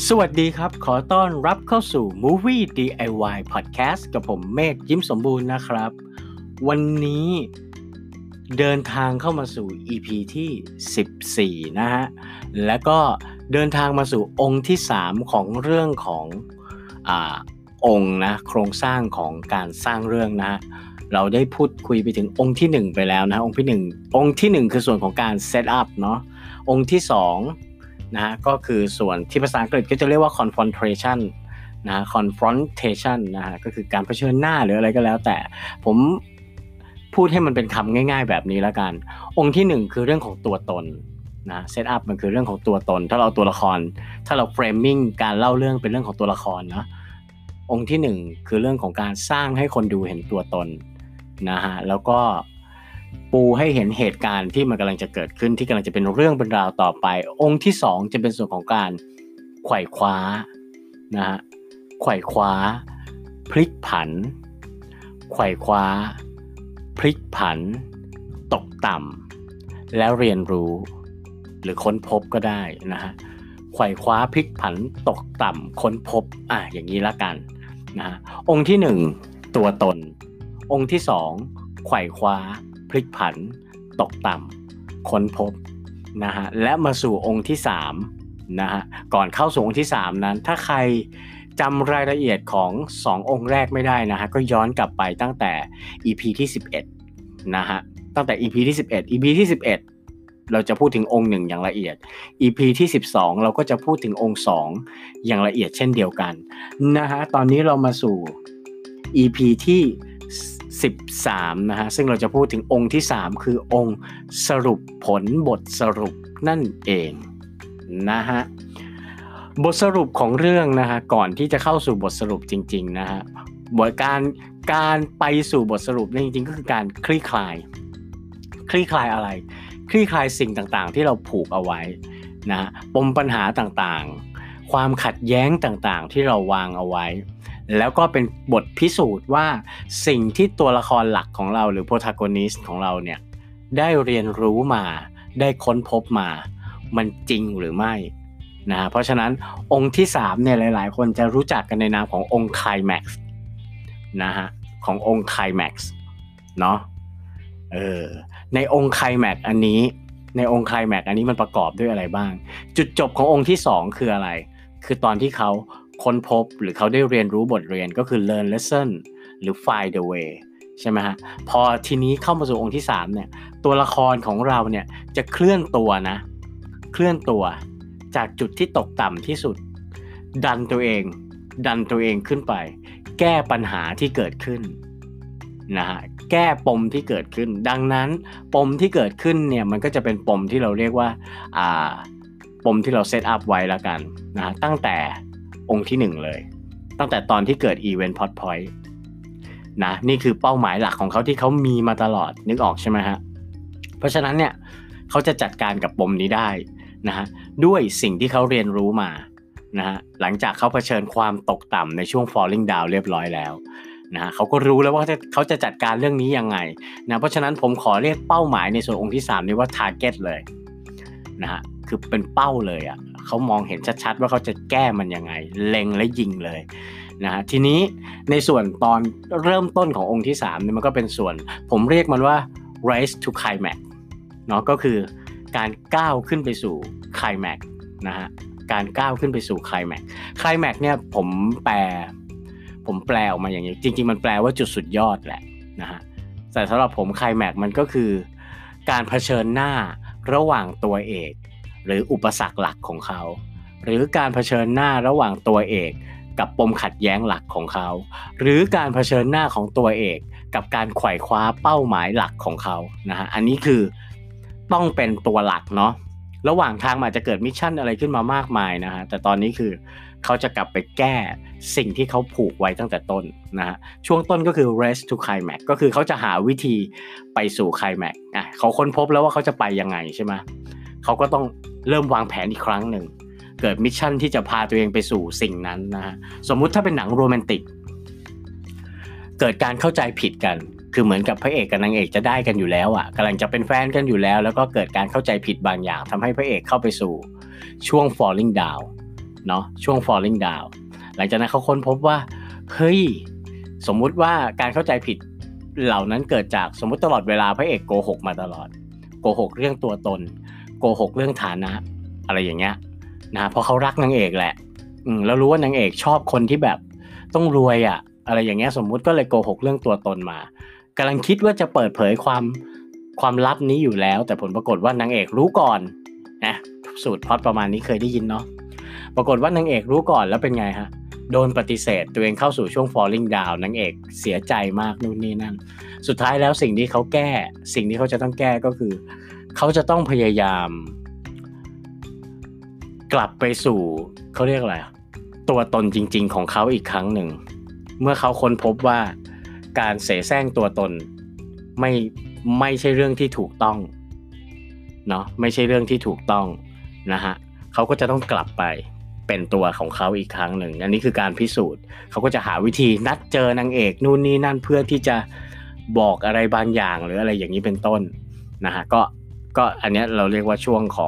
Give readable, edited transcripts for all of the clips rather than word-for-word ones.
สวัสดีครับขอต้อนรับเข้าสู่ Movie DIY Podcast กับผมเมฆยิ้มสมบูรณ์นะครับวันนี้เดินทางเข้ามาสู่ EP ที่14นะฮะแล้วก็เดินทางมาสู่องค์ที่3ของเรื่องขององค์นะโครงสร้างของการสร้างเรื่องนะเราได้พูดคุยไปถึงองค์ที่1ไปแล้วนะองค์ที่1คือส่วนของการ set up เนาะองค์ที่2นะก็คือส่วนที่ภาษาอังกฤษก็จะเรียกว่า confrontation นะ confrontation นะฮะก็คือการเผชิญหน้าหรืออะไรก็แล้วแต่ผมพูดให้มันเป็นคำง่ายๆแบบนี้แล้วกันองค์ที่1คือเรื่องของตัวตนนะ set up มันคือเรื่องของตัวตนถ้าเราตัวละครถ้าเรา framing การเล่าเรื่องเป็นเรื่องของตัวละครนะองค์ที่1คือเรื่องของการสร้างให้คนดูเห็นตัวตนนะฮะแล้วก็ปูให้เห็นเหตุการณ์ที่มันกำลังจะเกิดขึ้นที่กำลังจะเป็นเรื่องเป็นราวต่อไปองค์ที่2จะเป็นส่วนของการไขว่คว้านะฮะไขว่คว้าพลิกผันไขว่คว้าพลิกผันตกต่ำแล้วเรียนรู้หรือค้นพบก็ได้นะฮะไขว่คว้าพลิกผันตกต่ำค้นพบอย่างนี้ละกันนะฮะองค์ที่1ตัวตนองค์ที่2ไขว่คว้าพลิกผันตกต่ำค้นพบนะฮะและมาสู่องค์ที่3นะฮะก่อนเข้าสู่องค์ที่3นั้นถ้าใครจำรายละเอียดของ2องค์แรกไม่ได้นะฮะก็ย้อนกลับไปตั้งแต่ EP ที่11นะฮะตั้งแต่ EP ที่11 EP ที่11เราจะพูดถึงองค์1อย่างละเอียด EP ที่12เราก็จะพูดถึงองค์2อย่างละเอียดเช่นเดียวกันนะฮะตอนนี้เรามาสู่ EP ที่13นะฮะซึ่งเราจะพูดถึงองค์ที่3คือองค์สรุปผลบทสรุปนั่นเองนะฮะบทสรุปของเรื่องนะฮะก่อนที่จะเข้าสู่บทสรุปจริงๆนะฮะการไปสู่บทสรุปเนี่ยจริงๆก็คือการคลี่คลายอะไรคลี่คลายสิ่งต่างๆที่เราผูกเอาไว้นะปมปัญหาต่างๆความขัดแย้งต่างๆที่เราวางเอาไว้แล้วก็เป็นบทพิสูจน์ว่าสิ่งที่ตัวละครหลักของเราหรือ protagonist ของเราเนี่ยได้เรียนรู้มาได้ค้นพบมามันจริงหรือไม่นะเพราะฉะนั้นองค์ที่3เนี่ยหลายๆคนจะรู้จักกันในนามขององค์ไคลแม็กซ์นะฮะขององค์ไคลแม็กซ์เนาะในองค์ไคลแม็กซ์อันนี้มันประกอบด้วยอะไรบ้างจุดจบขององค์ที่2คืออะไรคือตอนที่เขาค้นพบหรือเขาได้เรียนรู้บทเรียนก็คือ learn lesson หรือ find the way ใช่ไหมฮะพอทีนี้เข้ามาสู่องค์ที่3เนี่ยตัวละครของเราเนี่ยจะเคลื่อนตัวจากจุดที่ตกต่ำที่สุดดันตัวเองขึ้นไปแก้ปัญหาที่เกิดขึ้นนะฮะแก้ปมที่เกิดขึ้นดังนั้นปมที่เกิดขึ้นเนี่ยมันก็จะเป็นปมที่เราเรียกว่าปมที่เราเซตอัพไว้แล้วกันนะตั้งแต่องค์ที่1เลยตั้งแต่ตอนที่เกิดอีเวนต์พอตพอยต์นะนี่คือเป้าหมายหลักของเขาที่เขามีมาตลอดนึกออกใช่ไหมฮะเพราะฉะนั้นเนี่ยเขาจะจัดการกับปมนี้ได้นะฮะด้วยสิ่งที่เขาเรียนรู้มานะฮะหลังจากเขาเผชิญความตกต่ำในช่วง falling down เรียบร้อยแล้วนะฮะเขาก็รู้แล้วว่าเขาจะจัดการเรื่องนี้ยังไงนะเพราะฉะนั้นผมขอเรียกเป้าหมายในส่วนองค์ที่3นี้ว่า target เลยนะฮะคือเป็นเป้าเลยอ่ะเขามองเห็นชัดๆว่าเขาจะแก้มันยังไงเล็งและยิงเลยนะฮะทีนี้ในส่วนตอนเริ่มต้นขององค์ที่3เนี่ยมันก็เป็นส่วนผมเรียกมันว่า rise to climax เนาะก็คือการก้าวขึ้นไปสู่ climax นะฮะการก้าวขึ้นไปสู่ climax เนี่ยผมแปลออกมาอย่างนี้จริงๆมันแปลว่าจุดสุดยอดแหละนะฮะแต่สำหรับผม climax มันก็คือการเผชิญหน้าระหว่างตัวเอกหรืออุปสรรคหลักของเขาหรือการเผชิญหน้าระหว่างตัวเอกกับปมขัดแย้งหลักของเขาหรือการเผชิญหน้าของตัวเอกกับการไขว่คว้าเป้าหมายหลักของเขานะฮะอันนี้คือต้องเป็นตัวหลักเนาะระหว่างทางอาจจะเกิดมิชชั่นอะไรขึ้นมามากมายนะฮะแต่ตอนนี้คือเขาจะกลับไปแก้สิ่งที่เขาผูกไว้ตั้งแต่ต้นนะฮะช่วงต้นก็คือ race to climax ก็คือเขาจะหาวิธีไปสู่ climax เขาค้นพบแล้วว่าเขาจะไปยังไงใช่ไหมเขาก็ต้องเริ่มวางแผนอีกครั้งหนึ่งเกิดมิชชั่นที่จะพาตัวเองไปสู่สิ่งนั้นนะฮะสมมุติถ้าเป็นหนังโรแมนติกเกิดการเข้าใจผิดกันคือเหมือนกับพระเอกกับนางเอกจะได้กันอยู่แล้วอ่ะกำลังจะเป็นแฟนกันอยู่แล้วแล้วก็เกิดการเข้าใจผิดบางอย่างทำให้พระเอกเข้าไปสู่ช่วง falling down เนาะช่วง falling down หลังจากนั้นเขาค้นพบว่าเฮ้ยสมมุติว่าการเข้าใจผิดเหล่านั้นเกิดจากสมมุติตลอดเวลาพระเอกโกหกมาตลอดโกหกเรื่องตัวตนโกหกเรื่องฐานะอะไรอย่างเงี้ยนะเพราะเขารักนางเอกแหละแล้วรู้ว่านางเอกชอบคนที่แบบต้องรวยอ่ะอะไรอย่างเงี้ยสมมุติก็เลยโกหกเรื่องตัวตนมากำลังคิดว่าจะเปิดเผยความลับนี้อยู่แล้วแต่ผลปรากฏว่านางเอกรู้ก่อนนะสูตรพล็อตประมาณนี้เคยได้ยินเนาะปรากฏว่านางเอกรู้ก่อนแล้วเป็นไงฮะโดนปฏิเสธตัวเองเข้าสู่ช่วง falling down นางเอกเสียใจมากนู่นนี่นั่นสุดท้ายแล้วสิ่งที่เขาจะต้องแก้ก็คือเขาจะต้องพยายามกลับไปสู่เขาเรียกอะไรตัวตนจริงๆของเขาอีกครั้งหนึ่งเมื่อเขาค้นพบว่าการเสแสร้งตัวตนไม่ใช่เรื่องที่ถูกต้องเนาะไม่ใช่เรื่องที่ถูกต้องนะฮะเขาก็จะต้องกลับไปเป็นตัวของเขาอีกครั้งหนึ่งอันนี้คือการพิสูจน์เขาก็จะหาวิธีนัดเจอนางเอกนู่นนี่นั่นเพื่อที่จะบอกอะไรบางอย่างหรืออะไรอย่างนี้เป็นต้นนะฮะก็อันนี้เราเรียกว่าช่วงของ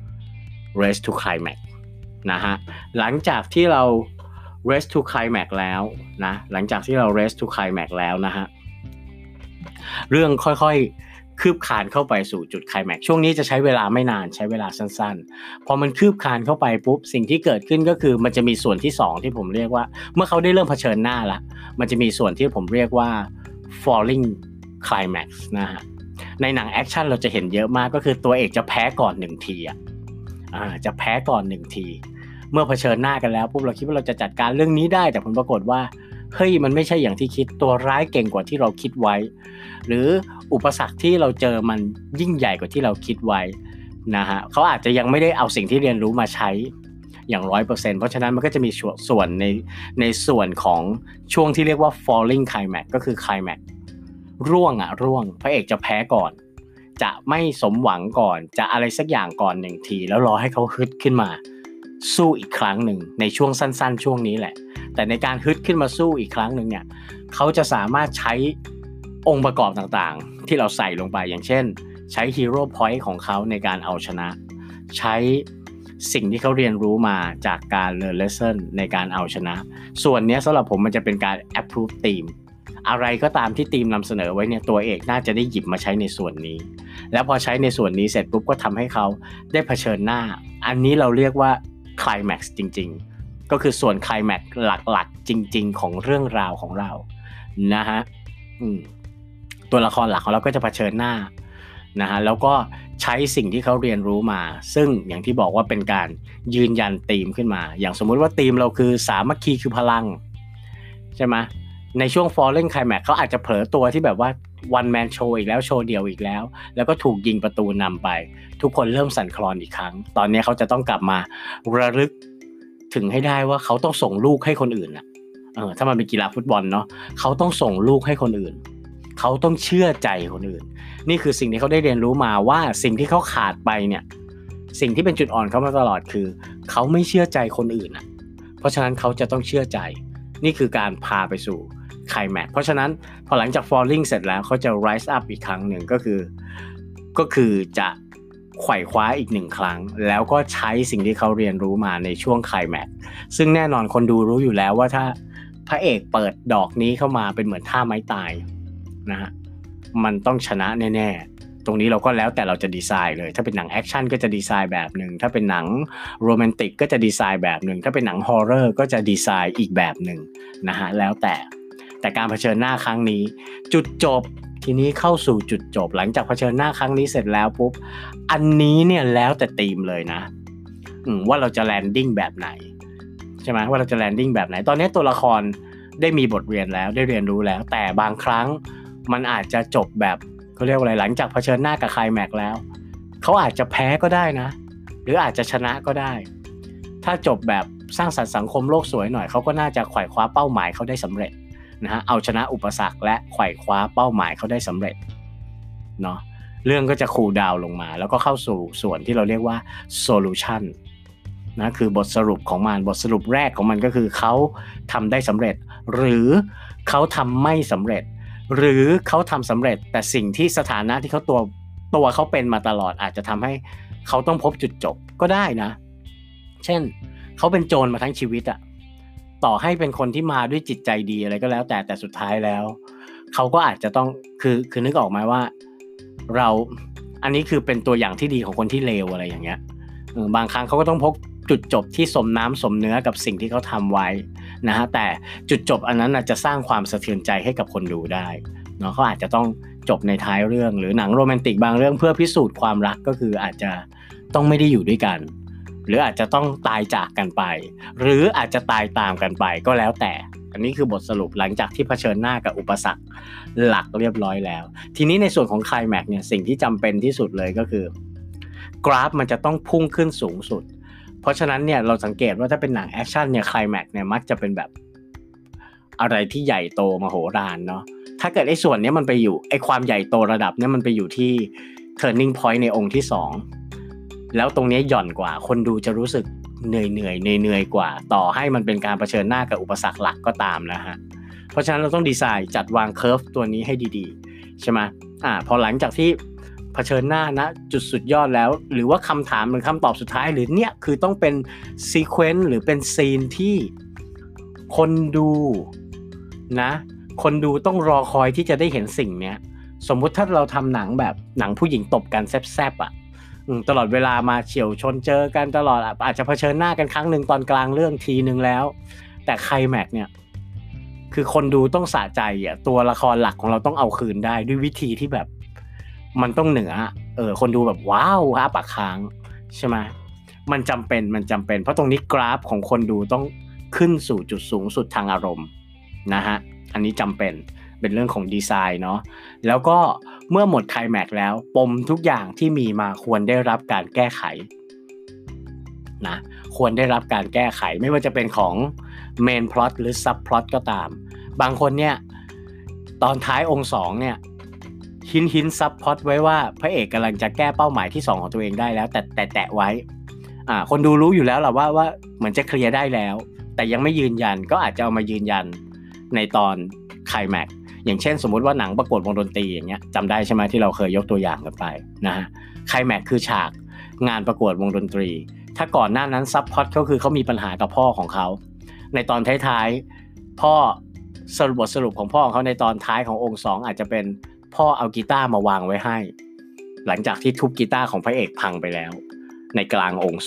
race to climax นะฮะหลังจากที่เรา race to climax แล้วนะหลังจากที่เรา race to climax แล้วนะฮะเรื่องค่อยๆคืบคลานเข้าไปสู่จุดไคลแม็กซ์ช่วงนี้จะใช้เวลาไม่นานใช้เวลาสั้นๆพอมันคืบคลานเข้าไปปุ๊บสิ่งที่เกิดขึ้นก็คือมันจะมีส่วนที่2ที่ผมเรียกว่าเมื่อเขาได้เริ่มเผชิญหน้าละมันจะมีส่วนที่ผมเรียกว่า falling climax นะฮะในหนังแอคชั่นเราจะเห็นเยอะมากก็คือตัวเอกจะแพ้ก่อน1ทีจะแพ้ก่อน1ทีเมื่อเผชิญหน้ากันแล้วปุ๊บเราคิดว่าเราจะจัดการเรื่องนี้ได้แต่ผลปรากฏว่าเฮ้ยมันไม่ใช่อย่างที่คิดตัวร้ายเก่งกว่าที่เราคิดไว้หรืออุปสรรคที่เราเจอมันยิ่งใหญ่กว่าที่เราคิดไว้นะฮะเขาอาจจะยังไม่ได้เอาสิ่งที่เรียนรู้มาใช้อย่าง 100% เพราะฉะนั้นมันก็จะมีส่วนในส่วนของช่วงที่เรียกว่า falling climax ก็คือ climax ร่วงพระเอกจะแพ้ก่อนจะไม่สมหวังก่อนจะอะไรสักอย่างก่อน1ทีแล้วรอให้เขาฮึดขึ้นมาสู้อีกครั้งหนึ่งในช่วงสั้นๆช่วงนี้แหละแต่ในการฮึดขึ้นมาสู้อีกครั้งหนึ่งเนี่ยเขาจะสามารถใช้องค์ประกอบต่างๆที่เราใส่ลงไปอย่างเช่นใช้ฮีโร่พอยต์ของเขาในการเอาชนะใช้สิ่งที่เขาเรียนรู้มาจากการเรียนเลสเซ่นในการเอาชนะส่วนนี้สำหรับผมมันจะเป็นการ approve team อะไรก็ตามที่ทีมนำเสนอไว้เนี่ยตัวเอกน่าจะได้หยิบมาใช้ในส่วนนี้แล้วพอใช้ในส่วนนี้เสร็จปุ๊บก็ทำให้เขาได้เผชิญหน้าอันนี้เราเรียกว่า climax จริงๆก็คือส่วน climax หลักๆจริงๆของเรื่องราวของเรานะฮะตัวละครหลักของเราก็จะเผชิญหน้านะฮะแล้วก็ใช้สิ่งที่เขาเรียนรู้มาซึ่งอย่างที่บอกว่าเป็นการยืนยันธีมขึ้นมาอย่างสมมุติว่าธีมเราคือสามัคคีคือพลังใช่ไหมในช่วง falling climax เขาอาจจะเผลอตัวที่แบบว่า one man show อีกแล้วโชว์เดี่ยวอีกแล้วก็ถูกยิงประตูนำไปทุกคนเริ่มสั่นคลอนอีกครั้งตอนนี้เขาจะต้องกลับมาระลึกถึงให้ได้ว่าเขาต้องส่งลูกให้คนอื่นถ้ามันเป็นกีฬาฟุตบอลเนาะเขาต้องส่งลูกให้คนอื่นเขาต้องเชื่อใจคนอื่นนี่คือสิ่งที่เขาได้เรียนรู้มาว่าสิ่งที่เขาขาดไปเนี่ยสิ่งที่เป็นจุดอ่อนเขามาตลอดคือเขาไม่เชื่อใจคนอื่นเพราะฉะนั้นเขาจะต้องเชื่อใจนี่คือการพาไปสู่ไคลแม็กซ์เพราะฉะนั้นพอหลังจาก falling เสร็จแล้วเขาจะ rise up อีกครั้งหนึ่งก็คือจะไขว่คว้าอีก1ครั้งแล้วก็ใช้สิ่งที่เขาเรียนรู้มาในช่วงไคลแม็กซ์ซึ่งแน่นอนคนดูรู้อยู่แล้วว่าถ้าพระเอกเปิดดอกนี้เข้ามาเป็นเหมือนท่าไม้ตายนะฮะมันต้องชนะแน่ๆตรงนี้เราก็แล้วแต่เราจะดีไซน์เลยถ้าเป็นหนังแอคชั่นก็จะดีไซน์แบบนึงถ้าเป็นหนังโรแมนติกก็จะดีไซน์แบบนึงถ้าเป็นหนังฮอร์เรอร์ก็จะดีไซน์อีกแบบนึงนะฮะแล้วแต่การเผชิญหน้าครั้งนี้จุดจบทีนี้เข้าสู่จุดจบหลังจากเผชิญหน้าครั้งนี้เสร็จแล้วปุ๊บอันนี้เนี่ยแล้วแต่ธีมเลยนะว่าเราจะแลนดิ้งแบบไหนใช่ไหมว่าเราจะแลนดิ้งแบบไหนตอนนี้ตัวละครได้มีบทเรียนแล้วได้เรียนรู้แล้วแต่บางครั้งมันอาจจะจบแบบเขาเรียกว่าอะไรหลังจากเผชิญหน้ากับไคลแม็กซ์แล้วเขาอาจจะแพ้ก็ได้นะหรืออาจจะชนะก็ได้ถ้าจบแบบสร้างสรรค์สังคมโลกสวยหน่อยเขาก็น่าจะไขว่คว้าเป้าหมายเขาได้สำเร็จนะฮะเอาชนะอุปสรรคและไขว่คว้าเป้าหมายเขาได้สำเร็จเนาะเรื่องก็จะคูลดาวน์ลงมาแล้วก็เข้าสู่ส่วนที่เราเรียกว่าโซลูชันนะคือบทสรุปของมันบทสรุปแรกของมันก็คือเขาทำได้สำเร็จหรือเขาทำไม่สำเร็จหรือเขาทำสำเร็จแต่สิ่งที่สถานะที่เขาตัวเขาเป็นมาตลอดอาจจะทำให้เขาต้องพบจุดจบก็ได้นะเช่นเขาเป็นโจรมาทั้งชีวิตอะต่อให้เป็นคนที่มาด้วยจิตใจดีอะไรก็แล้วแต่สุดท้ายแล้วเขาก็อาจจะต้องคือนึกออกไหมว่าเราอันนี้คือเป็นตัวอย่างที่ดีของคนที่เลวอะไรอย่างเงี้ยบางครั้งเขาก็ต้องพบจุดจบที่สมน้ำสมเนื้อกับสิ่งที่เขาทำไว้นะฮะแต่จุดจบอันนั้นจะสร้างความสะเทือนใจให้กับคนดูได้เนาะเขาอาจจะต้องจบในท้ายเรื่องหรือหนังโรแมนติกบางเรื่องเพื่อพิสูจน์ความรักก็คืออาจจะต้องไม่ได้อยู่ด้วยกันหรืออาจจะต้องตายจากกันไปหรืออาจจะตายตามกันไปก็แล้วแต่อันนี้คือบทสรุปหลังจากที่เผชิญหน้ากับอุปสรรคหลักเรียบร้อยแล้วทีนี้ในส่วนของไคลแม็กซ์เนี่ยสิ่งที่จำเป็นที่สุดเลยก็คือกราฟมันจะต้องพุ่งขึ้นสูงสุดเพราะฉะนั้นเนี่ยเราสังเกตว่าถ้าเป็นหนังแอคชั่นเนี่ยไคลแม็กซ์เนี่ยมักจะเป็นแบบอะไรที่ใหญ่โตมโหฬารเนาะถ้าเกิดไอ้ส่วนนี้มันไปอยู่ไอ้ความใหญ่โตระดับเนี่ยมันไปอยู่ที่ turning point ในองค์ที่2แล้วตรงนี้หย่อนกว่าคนดูจะรู้สึกเหนื่อยกว่าต่อให้มันเป็นการเผชิญหน้ากับอุปสรรคหลักก็ตามนะฮะเพราะฉะนั้นเราต้องดีไซน์จัดวางเคอร์ฟตัวนี้ให้ดีๆใช่ไหมพอหลังจากที่เผชิญหน้านะจุดสุดยอดแล้วหรือว่าคำถามหรือคำตอบสุดท้ายหรือเนี่ยคือต้องเป็นซีเควนซ์หรือเป็นซีนที่คนดูนะคนดูต้องรอคอยที่จะได้เห็นสิ่งเนี้ยสมมุติถ้าเราทำหนังแบบหนังผู้หญิงตบกันแซ่บๆตลอดเวลามาเฉียวชนเจอกันตลอดอาจจะเผชิญหน้ากันครั้งหนึ่งตอนกลางเรื่องทีนึงแล้วแต่ไคลแม็กซ์เนี่ยคือคนดูต้องสะใจตัวละครหลักของเราต้องเอาคืนได้ด้วยวิธีที่แบบมันต้องเหนือคนดูแบบว้าวปากค้างใช่ไหมมันจำเป็นเพราะตรงนี้กราฟของคนดูต้องขึ้นสู่จุดสูงสุดทางอารมณ์นะฮะอันนี้จำเป็นเรื่องของดีไซน์เนาะแล้วก็เมื่อหมดไคลแม็กซ์แล้วปมทุกอย่างที่มีมาควรได้รับการแก้ไขนะควรได้รับการแก้ไขไม่ว่าจะเป็นของเมนพล็อตหรือซับพล็อตก็ตามบางคนเนี่ยตอนท้ายองค์2เนี่ยหินซับพล็อตไว้ว่าพระเอกกำลังจะแก้เป้าหมายที่2ของตัวเองได้แล้วแต่แตะไว้คนดูรู้อยู่แล้วแหละว่าเหมือนจะเคลียร์ได้แล้วแต่ยังไม่ยืนยันก็อาจจะเอามายืนยันในตอนไคลแม็กซ์อย่างเช่นสมมุติว่าหนังประกวดวงดนตรีอย่างเงี้ยจำได้ใช่ไหมที่เราเคยยกตัวอย่างกันไปนะฮะไคลแม็กซ์คือฉากงานประกวดวงดนตรีถ้าก่อนหน้านั้นซับพล็อตก็คือเขามีปัญหากับพ่อของเขาในตอนท้ายๆพ่อบทสรุปของพ่อของเขาในตอนท้ายขององค์2อาจจะเป็นพ่อเอากีตาร์มาวางไว้ให้หลังจากที่ทุบกีตาร์ของพระเอกพังไปแล้วในกลางองค์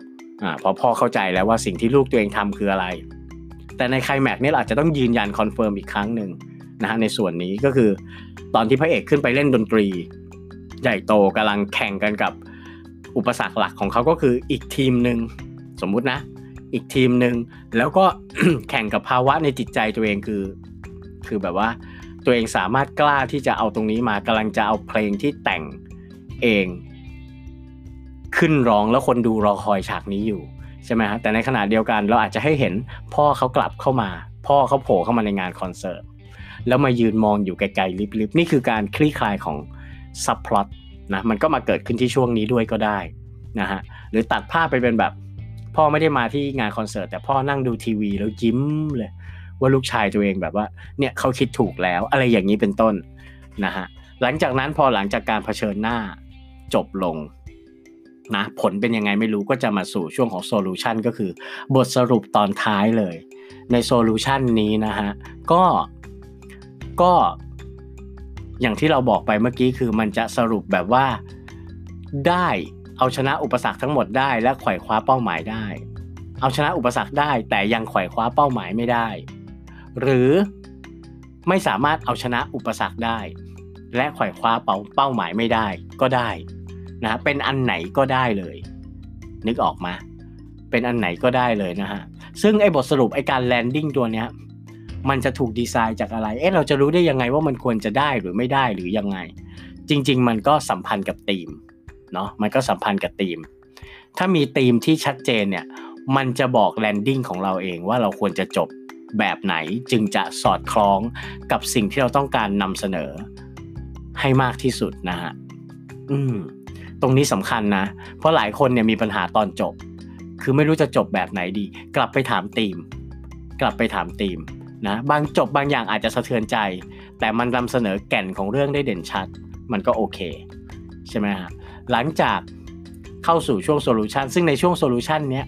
2พอพ่อเข้าใจแล้วว่าสิ่งที่ลูกตัวเองทำคืออะไรแต่ในไคลแม็กซ์เนี่ยอาจจะต้องยืนยันคอนเฟิร์มอีกครั้งหนึ่งนะฮะในส่วนนี้ก็คือตอนที่พระเอกขึ้นไปเล่นดนตรีใหญ่โตกำลังแข่งกันกับอุปสรรคหลักของเขาก็คืออีกทีมนึงสมมุตินะอีกทีมนึงแล้วก็ แข่งกับภาวะในจิตใจตัวเองคือแบบว่าตัวเองสามารถกล้าที่จะเอาตรงนี้มากำลังจะเอาเพลงที่แต่งเองขึ้นร้องแล้วคนดูรอคอยฉากนี้อยู่ใช่ไหมฮะแต่ในขณะเดียวกันเราอาจจะให้เห็นพ่อเขากลับเข้ามาพ่อเขาโผล่เข้ามาในงานคอนเสิร์ตแล้วมายืนมองอยู่ไกลๆลิบๆนี่คือการคลี่คลายของซับพล็อตนะมันก็มาเกิดขึ้นที่ช่วงนี้ด้วยก็ได้นะฮะหรือตัดภาพไปเป็นแบบพ่อไม่ได้มาที่งานคอนเสิร์ตแต่พ่อนั่งดูทีวีแล้วยิ้มเลยว่าลูกชายตัวเองแบบว่าเนี่ยเขาคิดถูกแล้วอะไรอย่างนี้เป็นต้นนะฮะหลังจากนั้นพอหลังจากการเผชิญหน้าจบลงนะผลเป็นยังไงไม่รู้ก็จะมาสู่ช่วงของโซลูชันก็คือบทสรุปตอนท้ายเลยในโซลูชันนี้นะฮะก็อย่างที่เราบอกไปเมื่อกี้คือมันจะสรุปแบบว่าได้เอาชนะอุปสรรคทั้งหมดได้และไขว่คว้าเป้าหมายได้เอาชนะอุปสรรคได้แต่ยังไขว่คว้าเป้าหมายไม่ได้หรือไม่สามารถเอาชนะอุปสรรคได้และไขว่คว้าเป้าหมายไม่ได้ก็ได้นะเป็นอันไหนก็ได้เลยนึกออกมาเป็นอันไหนก็ได้เลยนะฮะซึ่งไอ้บทสรุปไอ้การแลนดิ้งตัวเนี้ยมันจะถูกดีไซน์จากอะไรเราจะรู้ได้ยังไงว่ามันควรจะได้หรือไม่ได้หรือยังไงจริงๆมันก็สัมพันธ์กับธีมเนาะมันก็สัมพันธ์กับธีมถ้ามีธีมที่ชัดเจนเนี่ยมันจะบอกแลนดิ้งของเราเองว่าเราควรจะจบแบบไหนจึงจะสอดคล้องกับสิ่งที่เราต้องการนำเสนอให้มากที่สุดนะฮะตรงนี้สำคัญนะเพราะหลายคนเนี่ยมีปัญหาตอนจบคือไม่รู้จะจบแบบไหนดีกลับไปถามธีมนะบางจบบางอย่างอาจจะสะเทือนใจแต่มันนำเสนอแก่นของเรื่องได้เด่นชัดมันก็โอเคใช่ไหมฮะหลังจากเข้าสู่ช่วงโซลูชันซึ่งในช่วงโซลูชันเนี้ย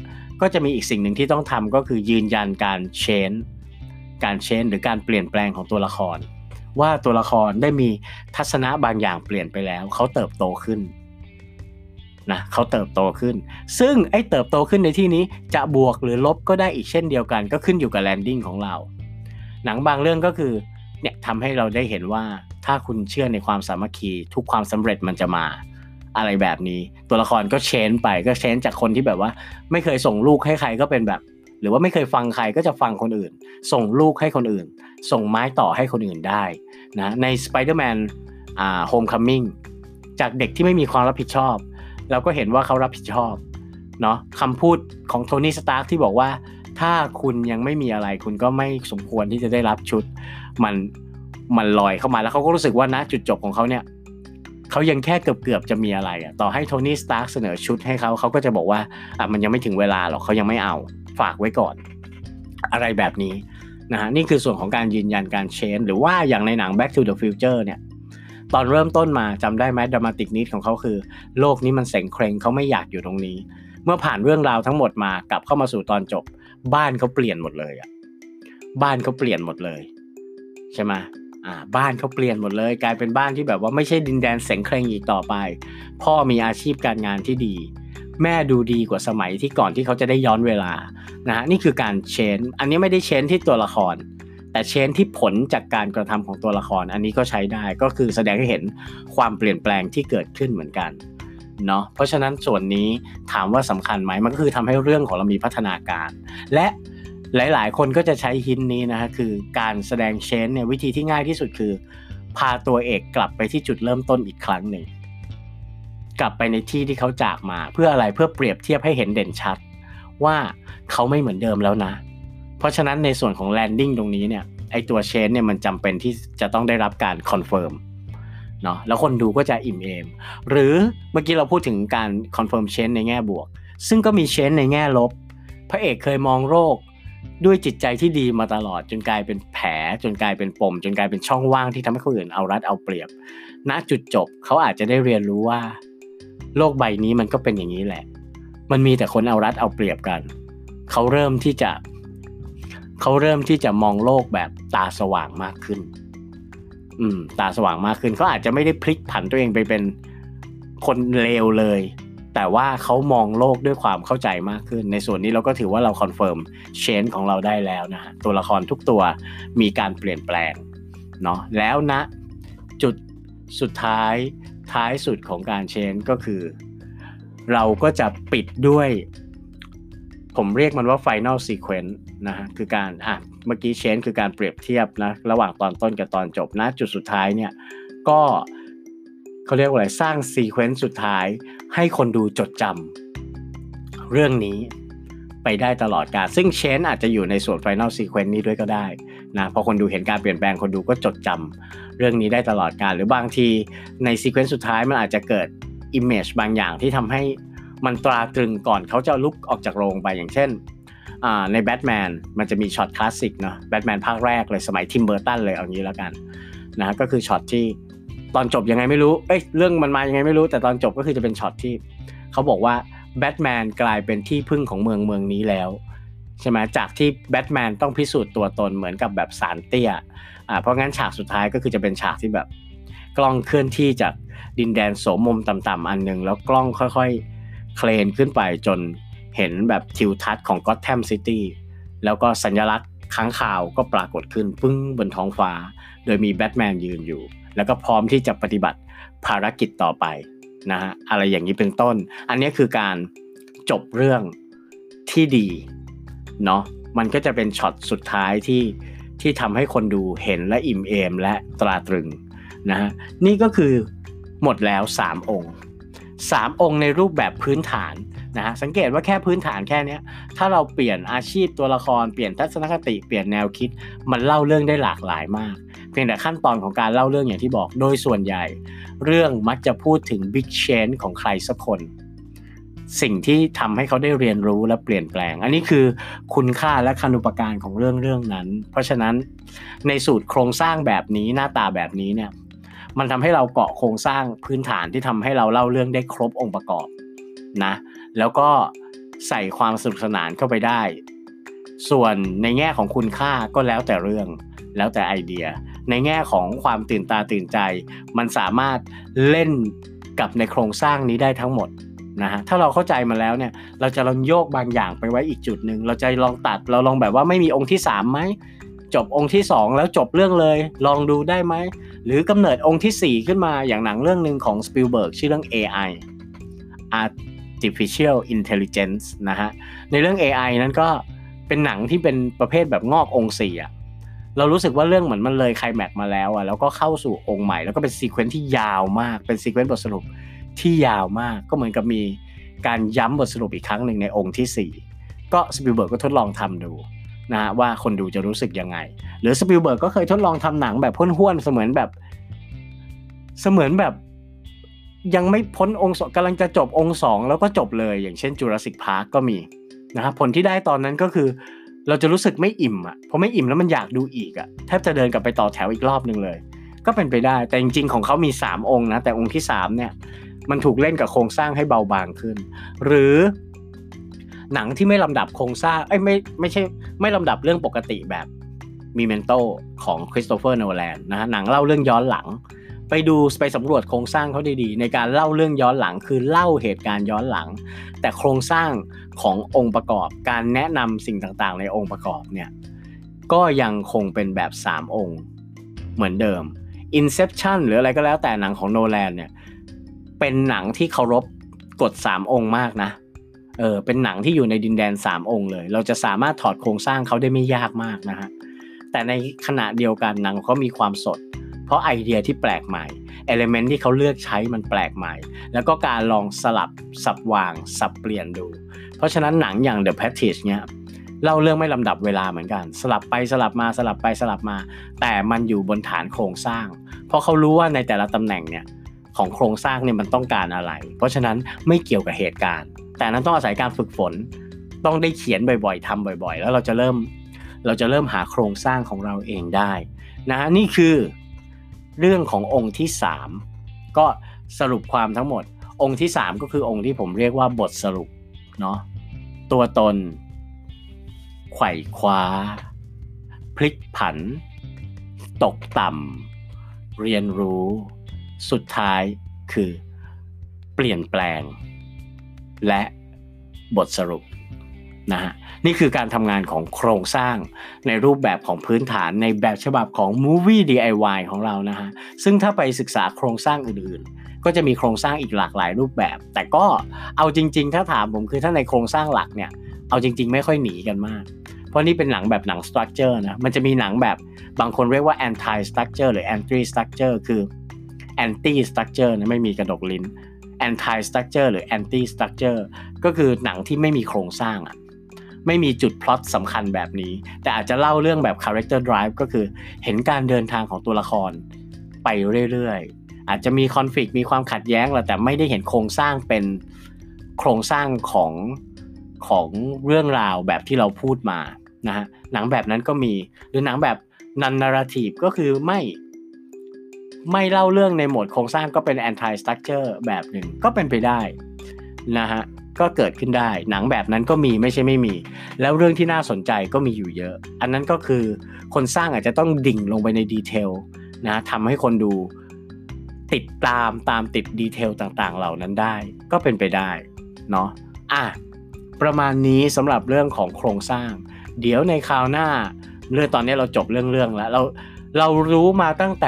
ก็จะมีอีกสิ่งหนึ่งที่ต้องทำก็คือยืนยันการเชนหรือการเปลี่ยนแปลงของตัวละครว่าตัวละครได้มีทัศนะบางอย่างเปลี่ยนไปแล้วเขาเติบโตขึ้นนะเขาเติบโตขึ้นซึ่งไอ้เติบโตขึ้นในที่นี้จะบวกหรือลบก็ได้อีกเช่นเดียวกันก็ขึ้นอยู่กับแลนดิ้งของเราหนังบางเรื่องก็คือเนี่ยทำให้เราได้เห็นว่าถ้าคุณเชื่อในความสามัคคีทุกความสำเร็จมันจะมาอะไรแบบนี้ตัวละครก็เชนไปก็เชนจากคนที่แบบว่าไม่เคยส่งลูกให้ใครก็เป็นแบบหรือว่าไม่เคยฟังใครก็จะฟังคนอื่นส่งลูกให้คนอื่นส่งไม้ต่อให้คนอื่นได้นะใน Spider-Man Homecoming จากเด็กที่ไม่มีความรับผิดชอบเราก็เห็นว่าเขารับผิดชอบเนาะคำพูดของโทนี่สตาร์คที่บอกว่าถ้าคุณยังไม่มีอะไรคุณก็ไม่สมควรที่จะได้รับชุดมันลอยเข้ามาแล้วเขาก็รู้สึกว่าณจุดจบของเขาเนี่ยเขายังแค่เกือบจะมีอะไรอ่ะต่อให้โทนี่สตาร์คเสนอชุดให้เขาก็จะบอกว่ามันยังไม่ถึงเวลาหรอกเขายังไม่เอาฝากไว้ก่อนอะไรแบบนี้นะฮะนี่คือส่วนของการยืนยันการเชนหรือว่าอย่างในหนัง Back to the Future เนี่ยตอนเริ่มต้นมาจำได้ไหมดรามาติกนิดของเขาคือโลกนี้มันเส็งเคร่งเขาไม่อยากอยู่ตรงนี้เมื่อผ่านเรื่องราวทั้งหมดมากลับเข้ามาสู่ตอนจบบ้านเขาเปลี่ยนหมดเลยอ่ะบ้านเขาเปลี่ยนหมดเลยใช่ไหมบ้านเขาเปลี่ยนหมดเลยกลายเป็นบ้านที่แบบว่าไม่ใช่ดินแดนเส็งเคร่งอีกต่อไปพ่อมีอาชีพการงานที่ดีแม่ดูดีกว่าสมัยที่ก่อนที่เขาจะได้ย้อนเวลานะฮะนี่คือการเชนอันนี้ไม่ได้เชนที่ตัวละครแต่เชนที่ผลจากการกระทำของตัวละครอันนี้ก็ใช้ได้ก็คือแสดงให้เห็นความเปลี่ยนแปลงที่เกิดขึ้นเหมือนกันเนาะเพราะฉะนั้นส่วนนี้ถามว่าสำคัญไหมมันก็คือทำให้เรื่องของเรามีพัฒนาการและหลายๆคนก็จะใช้หินนี้นะฮะคือการแสดงเชนเนี่ยวิธีที่ง่ายที่สุดคือพาตัวเอกกลับไปที่จุดเริ่มต้นอีกครั้งหนึ่งกลับไปในที่ที่เขาจากมาเพื่ออะไรเพื่อเปรียบเทียบให้เห็นเด่นชัดว่าเขาไม่เหมือนเดิมแล้วนะเพราะฉะนั้นในส่วนของแลนดิ้งตรงนี้เนี่ยไอตัวเชนเนี่ยมันจำเป็นที่จะต้องได้รับการคอนเฟิร์มเนาะแล้วคนดูก็จะอิ่มเอมหรือเมื่อกี้เราพูดถึงการคอนเฟิร์มเชนในแง่บวกซึ่งก็มีเชนในแง่ลบพระเอกเคยมองโรคด้วยจิตใจที่ดีมาตลอดจนกลายเป็นแผลจนกลายเป็นปมจนกลายเป็นช่องว่างที่ทำให้คนอื่นเอารัดเอาเปรียบณจุดจบเขาอาจจะได้เรียนรู้ว่าโลกใบนี้มันก็เป็นอย่างนี้แหละมันมีแต่คนเอารัดเอาเปรียบกันเขาเริ่มที่จะมองโลกแบบตาสว่างมากขึ้นตาสว่างมากขึ้นเขาอาจจะไม่ได้พลิกผันตัวเองไปเป็นคนเลวเลยแต่ว่าเขามองโลกด้วยความเข้าใจมากขึ้นในส่วนนี้เราก็ถือว่าเราคอนเฟิร์มเชนของเราได้แล้วนะฮะตัวละครทุกตัวมีการเปลี่ยนแปลงเนาะแล้วนะจุดสุดท้ายสุดของการเชนก็คือเราก็จะปิดด้วยผมเรียกมันว่า Final Sequence นะฮะคือการเมื่อกี้เชนคือการเปรียบเทียบนะระหว่างตอนต้นกับตอนจบนะจุดสุดท้ายเนี่ยก็เขาเรียกว่าอะไรสร้างซีเควนซ์สุดท้ายให้คนดูจดจำเรื่องนี้ไปได้ตลอดกาลซึ่งเชนอาจจะอยู่ในส่วน Final Sequence นี้ด้วยก็ได้นะพอคนดูเห็นการเปลี่ยนแปลงคนดูก็จดจำเรื่องนี้ได้ตลอดกาลหรือบางทีในซีเควนซ์สุดท้ายมันอาจจะเกิด image บางอย่างที่ทำให้มันตราตรึงก่อนเขาจะลุกออกจากโรงไปอย่างเช่นในแบทแมนมันจะมีช็อตคลาสสิกเนาะแบทแมนภาคแรกเลยสมัยทิมเบอร์ตันเลยเอางี้แล้วกันนะก็คือช็อตที่ตอนจบยังไงไม่รู้เรื่องมันมายังไงไม่รู้แต่ตอนจบก็คือจะเป็นช็อตที่เขาบอกว่าแบทแมนกลายเป็นที่พึ่งของเมืองนี้แล้วใช่ไหมจากที่แบทแมนต้องพิสูจน์ตัวตนเหมือนกับแบบศาลเตี้ยเพราะงั้นฉากสุดท้ายก็คือจะเป็นฉากที่แบบกล้องเคลื่อนที่จากดินแดนโสมมต่ำๆอันนึงแล้วกล้องค่อยๆเคลนขึ้นไปจนเห็นแบบทิวทัศน์ของก็อตแธมซิตี้แล้วก็สัญลักษณ์ค้างคาวก็ปรากฏขึ้นปึ้งบนท้องฟ้าโดยมีแบทแมนยืนอยู่แล้วก็พร้อมที่จะปฏิบัติภารกิจต่อไปนะฮะอะไรอย่างนี้เป็นต้นอันนี้คือการจบเรื่องที่ดีเนาะมันก็จะเป็นช็อตสุดท้ายที่ทำให้คนดูเห็นและอิ่มเอมและตราตรึงนะฮะนี่ก็คือหมดแล้ว3องค์ในรูปแบบพื้นฐานนะฮะสังเกตว่าแค่พื้นฐานแค่นี้ถ้าเราเปลี่ยนอาชีพตัวละครเปลี่ยนทัศนคติเปลี่ยนแนวคิดมันเล่าเรื่องได้หลากหลายมากเพียงแต่ขั้นตอนของการเล่าเรื่องอย่างที่บอกโดยส่วนใหญ่เรื่องมักจะพูดถึง Big Change ของใครสักคนสิ่งที่ทำให้เขาได้เรียนรู้และเปลี่ยนแปลงอันนี้คือคุณค่าและคุณูปการของเรื่องนั้นเพราะฉะนั้นในสูตรโครงสร้างแบบนี้หน้าตาแบบนี้เนี่ยมันทำให้เราเกาะโครงสร้างพื้นฐานที่ทำให้เราเล่าเรื่องได้ครบองค์ประกอบนะแล้วก็ใส่ความสนุกสนานเข้าไปได้ส่วนในแง่ของคุณค่าก็แล้วแต่เรื่องแล้วแต่ไอเดียในแง่ของความตื่นตาตื่นใจมันสามารถเล่นกับในโครงสร้างนี้ได้ทั้งหมดนะฮะถ้าเราเข้าใจมาแล้วเนี่ยเราจะลองโยกบางอย่างไปไว้อีกจุดนึงเราจะลองตัดเราลองแบบว่าไม่มีองค์ที่3มั้ยจบองค์ที่2แล้วจบเรื่องเลยลองดูได้ไหมหรือกำเนิดองค์ที่4ขึ้นมาอย่างหนังเรื่องนึงของ Spielberg ชื่อเรื่อง AI Artificial Intelligence นะฮะในเรื่อง AI นั้นก็เป็นหนังที่เป็นประเภทแบบงอกองค์4อ่ะเรารู้สึกว่าเรื่องเหมือนมันเลยไคลแม็กซ์มาแล้วอ่ะแล้วก็เข้าสู่องค์ใหม่แล้วก็เป็นซีเควนซ์ที่ยาวมากเป็นซีเควนซ์บทสรุปที่ยาวมากก็เหมือนกับมีการย้ำบทสรุปอีกครั้งหนึ่งในองค์ที่4ก็สปิลเบิร์กก็ทดลองทำดูนะฮะว่าคนดูจะรู้สึกยังไงหรือสปิลเบิร์กก็เคยทดลองทำหนังแบบห้วนๆเสมือนแบบยังไม่พ้นองค์2กำลังจะจบองค์2แล้วก็จบเลยอย่างเช่น Jurassic Park ก็มีนะครับผลที่ได้ตอนนั้นก็คือเราจะรู้สึกไม่อิ่มอ่ะพอไม่อิ่มแล้วมันอยากดูอีกอ่ะแทบจะเดินกลับไปต่อแถวอีกรอบนึงเลยก็เป็นไปได้แต่จริงๆของเขามี3องค์นะแต่องค์ที่3เนี่ยมันถูกเล่นกับโครงสร้างให้เบาบางขึ้นหรือหนังที่ไม่ลำดับโครงสร้างไม่ใช่ไม่ลำดับเรื่องปกติแบบ Memento ของ Christopher Nolan นะฮะหนังเล่าเรื่องย้อนหลังไปสำรวจโครงสร้างเขาดีๆในการเล่าเรื่องย้อนหลังคือเล่าเหตุการณ์ย้อนหลังแต่โครงสร้างขององค์ประกอบการแนะนำสิ่งต่างๆในองค์ประกอบเนี่ยก็ยังคงเป็นแบบ3องค์เหมือนเดิม Inception หรืออะไรก็แล้วแต่หนังของโนแลนเนี่ยเป็นหนังที่เคารพกฎ3องค์มากนะเป็นหนังที่อยู่ในดินแดน3องค์เลยเราจะสามารถถอดโครงสร้างเขาได้ไม่ยากมากนะฮะแต่ในขณะเดียวกันหนังเขามีความสดเพราะไอเดียที่แปลกใหม่เอลิเมนต์ที่เขาเลือกใช้มันแปลกใหม่แล้วก็การลองสลับสับวางสับเปลี่ยนดูเพราะฉะนั้นหนังอย่าง The Passage เนี่ยเล่าเรื่องไม่ลำดับเวลาเหมือนกันสลับไปสลับมาสลับไปสลับมาแต่มันอยู่บนฐานโครงสร้างเพราะเขารู้ว่าในแต่ละตำแหน่งเนี่ยของโครงสร้างเนี่ยมันต้องการอะไรเพราะฉะนั้นไม่เกี่ยวกับเหตุการณ์แต่นั้นต้องอาศัยการฝึกฝนต้องได้เขียนบ่อยๆทำบ่อยๆแล้วเราจะเริ่มหาโครงสร้างของเราเองได้นะฮะนี่คือเรื่องขององค์ที่3ก็สรุปความทั้งหมดองค์ที่3ก็คือองค์ที่ผมเรียกว่าบทสรุปเนาะตัวตนไขว่คว้าพลิกผันตกต่ำเรียนรู้สุดท้ายคือเปลี่ยนแปลงและบทสรุปนะฮะนี่คือการทำงานของโครงสร้างในรูปแบบของพื้นฐานในแบบฉบับของ Movie DIY ของเรานะฮะซึ่งถ้าไปศึกษาโครงสร้างอื่นๆก็จะมีโครงสร้างอีกหลากหลายรูปแบบแต่ก็เอาจริงๆถ้าถามผมคือถ้าในโครงสร้างหลักเนี่ยเอาจริงๆไม่ค่อยหนีกันมากเพราะนี่เป็นหนังแบบหนัง structure นะมันจะมีหนังแบบบางคนเรียกว่า anti structure หรือ anti structure คือ anti structure นะไม่มีกระดกลิ้น anti structure หรือ anti structure ก็คือหนังที่ไม่มีโครงสร้างอ่ะไม่มีจุดพล็อตสำคัญแบบนี้แต่อาจจะเล่าเรื่องแบบ character drive ก็คือเห็นการเดินทางของตัวละครไปเรื่อยๆอาจจะมี conflict มีความขัดแย้งแหละแต่ไม่ได้เห็นโครงสร้างเป็นโครงสร้างของเรื่องราวแบบที่เราพูดมานะฮะหนังแบบนั้นก็มีหรือหนังแบบ non narrative ก็คือไม่เล่าเรื่องในโหมดโครงสร้างก็เป็น anti structure แบบหนึ่งก็เป็นไปได้นะฮะก็เกิดขึ้นได้หนังแบบนั้นก็มีไม่ใช่ไม่มีแล้วเรื่องที่น่าสนใจก็มีอยู่เยอะอันนั้นก็คือคนสร้างอาจจะต้องดิ่งลงไปในดีเทลนะทำให้คนดูติดตามติดดีเทลต่างๆเหล่านั้นได้ก็เป็นไปได้เนาะประมาณนี้สำหรับเรื่องของโครงสร้างเดี๋ยวในคราวหน้าตอนนี้เราจบเรื่องแล้วเรารู้มาตั้งแต่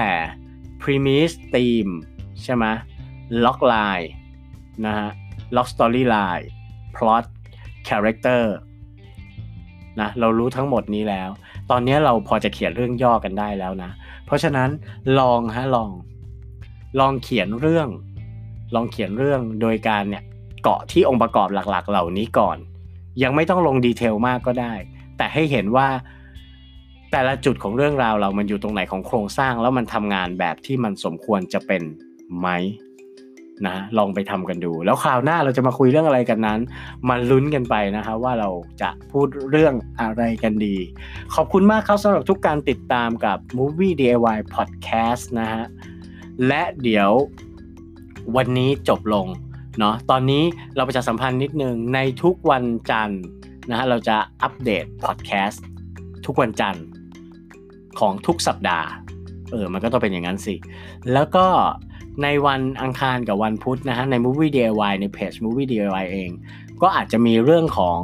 premise theme ใช่ไหม log line นะฮะlog storyline plot character นะเรารู้ทั้งหมดนี้แล้วตอนนี้เราพอจะเขียนเรื่องย่อกันได้แล้วนะเพราะฉะนั้นลองเขียนเรื่องโดยการเนี่ยเกาะที่องค์ประกอบหลักๆเหล่านี้ก่อนยังไม่ต้องลงดีเทลมากก็ได้แต่ให้เห็นว่าแต่ละจุดของเรื่องราวเรามันอยู่ตรงไหนของโครงสร้างแล้วมันทำงานแบบที่มันสมควรจะเป็นไหมนะลองไปทำกันดูแล้วคราวหน้าเราจะมาคุยเรื่องอะไรกันนั้นมาลุ้นกันไปนะคะว่าเราจะพูดเรื่องอะไรกันดีขอบคุณมากครับสำหรับทุกการติดตามกับ Movie DIY Podcast นะฮะและเดี๋ยววันนี้จบลงเนาะตอนนี้เราประชาสัมพันธ์นิดนึงในทุกวันจันทร์นะฮะเราจะอัปเดตพอดแคสต์ทุกวันจันทร์ของทุกสัปดาห์มันก็ต้องเป็นอย่างนั้นสิแล้วก็ในวันอังคารกับวันพุธนะฮะใน Movie DIY ในเพจ Movie DIY เองก็อาจจะมีเรื่องของ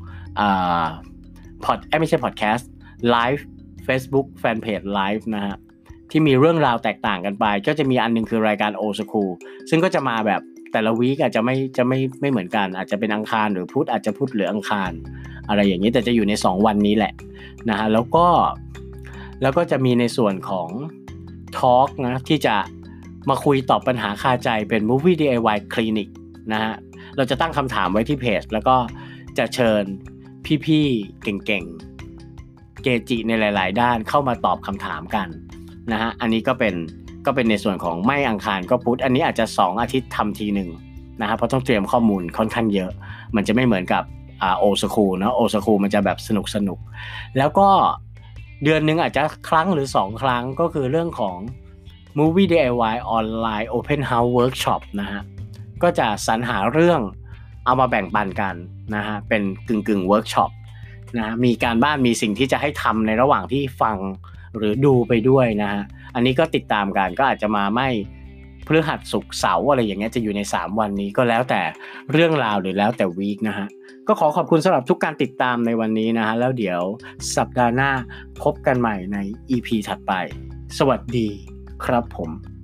ไม่ใช่พอดแคสต์ไลฟ์ Facebook Fanpage Live นะฮะที่มีเรื่องราวแตกต่างกันไปก็จะมีอันนึงคือรายการ Old School ซึ่งก็จะมาแบบแต่ละวีคอาจจะไม่เหมือนกันอาจจะเป็นอังคารหรือพุธอาจจะพุธหรืออังคารอะไรอย่างนี้แต่จะอยู่ใน2วันนี้แหละนะฮะแล้วก็จะมีในส่วนของทอล์กนะที่จะมาคุยตอบปัญหาคาใจเป็น Movie DIY Clinic นะฮะเราจะตั้งคำถามไว้ที่เพจแล้วก็จะเชิญพี่ๆเก่งๆเกจิในหลายๆด้านเข้ามาตอบคำถามกันนะฮะอันนี้ก็เป็นในส่วนของไม่อังคารก็พุธอันนี้อาจจะ2อาทิตย์ทำทีนึงนะฮะเพราะต้องเตรียมข้อมูลค่อนข้างเยอะมันจะไม่เหมือนกับOld School นะ Old School มันจะแบบสนุกแล้วก็เดือนนึงอาจจะครั้งหรือ2ครั้งก็คือเรื่องของ Movie DIY Online Open House Workshop นะฮะก็จะสรรหาเรื่องเอามาแบ่งปันกันนะฮะเป็นกึ่งเวิร์กช็อปนะมีการบ้านมีสิ่งที่จะให้ทำในระหว่างที่ฟังหรือดูไปด้วยนะฮะอันนี้ก็ติดตามกันก็อาจจะมาไม่พฤหัสศุกร์เสาร์อะไรอย่างเงี้ยจะอยู่ใน3วันนี้ก็แล้วแต่เรื่องราวหรือแล้วแต่วีคนะฮะก็ขอขอบคุณสำหรับทุกการติดตามในวันนี้นะฮะแล้วเดี๋ยวสัปดาห์หน้าพบกันใหม่ใน EP ถัดไปสวัสดีครับผม